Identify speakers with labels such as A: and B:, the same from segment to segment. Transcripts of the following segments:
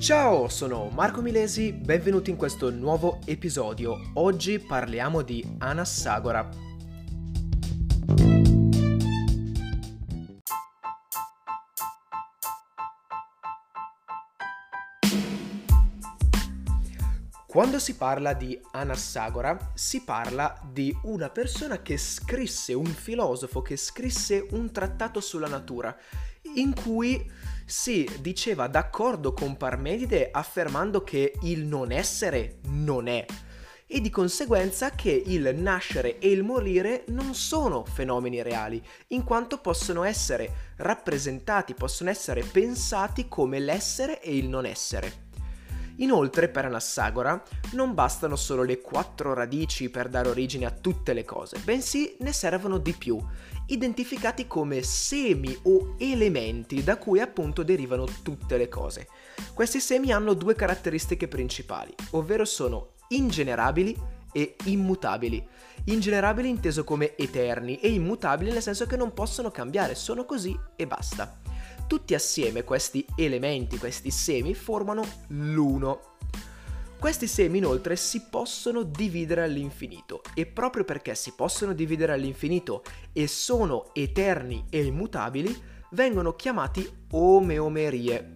A: Ciao, sono Marco Milesi, benvenuti in questo nuovo episodio. Oggi parliamo di Anassagora. Quando si parla di Anassagora, si parla di una persona che scrisse, un filosofo che scrisse un trattato sulla natura, in cui si diceva d'accordo con Parmenide affermando che il non essere non è, e di conseguenza che il nascere e il morire non sono fenomeni reali, in quanto possono essere rappresentati, possono essere pensati come l'essere e il non essere. Inoltre, per Anassagora, non bastano solo le 4 radici per dare origine a tutte le cose, bensì ne servono di più, identificati come semi o elementi da cui appunto derivano tutte le cose. Questi semi hanno 2 caratteristiche principali, ovvero sono ingenerabili e immutabili. Ingenerabili inteso come eterni e immutabili nel senso che non possono cambiare, sono così e basta. Tutti assieme questi elementi, questi semi, formano l'uno. Questi semi inoltre si possono dividere all'infinito e proprio perché si possono dividere all'infinito e sono eterni e immutabili, vengono chiamati omeomerie.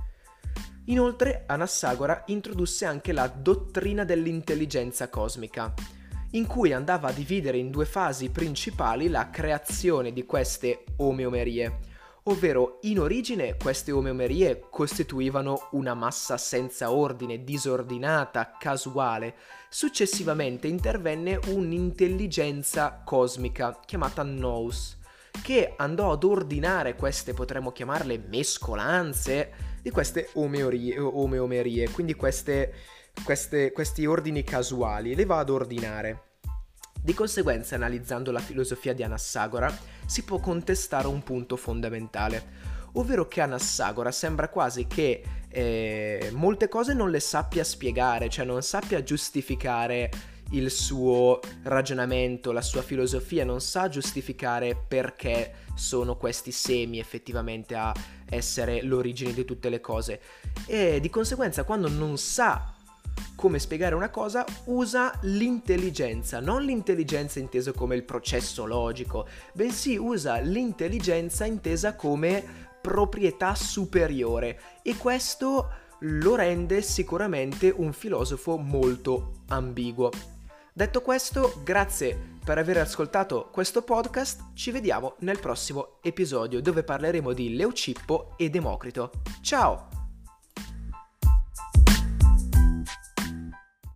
A: Inoltre Anassagora introdusse anche la dottrina dell'intelligenza cosmica, in cui andava a dividere in 2 fasi principali la creazione di queste omeomerie. Ovvero, in origine queste omeomerie costituivano una massa senza ordine, disordinata, casuale. Successivamente intervenne un'intelligenza cosmica chiamata Nous, che andò ad ordinare queste, potremmo chiamarle mescolanze, di queste omeomerie, quindi questi ordini casuali, le va ad ordinare. Di conseguenza, analizzando la filosofia di Anassagora, si può contestare un punto fondamentale, ovvero che Anassagora sembra quasi che molte cose non le sappia spiegare, cioè non sappia giustificare il suo ragionamento, la sua filosofia, non sa giustificare perché sono questi semi effettivamente a essere l'origine di tutte le cose. E di conseguenza, quando non sa come spiegare una cosa, usa l'intelligenza, non l'intelligenza intesa come il processo logico, bensì usa l'intelligenza intesa come proprietà superiore, e questo lo rende sicuramente un filosofo molto ambiguo. Detto questo, grazie per aver ascoltato questo podcast, ci vediamo nel prossimo episodio dove parleremo di Leucippo e Democrito. Ciao!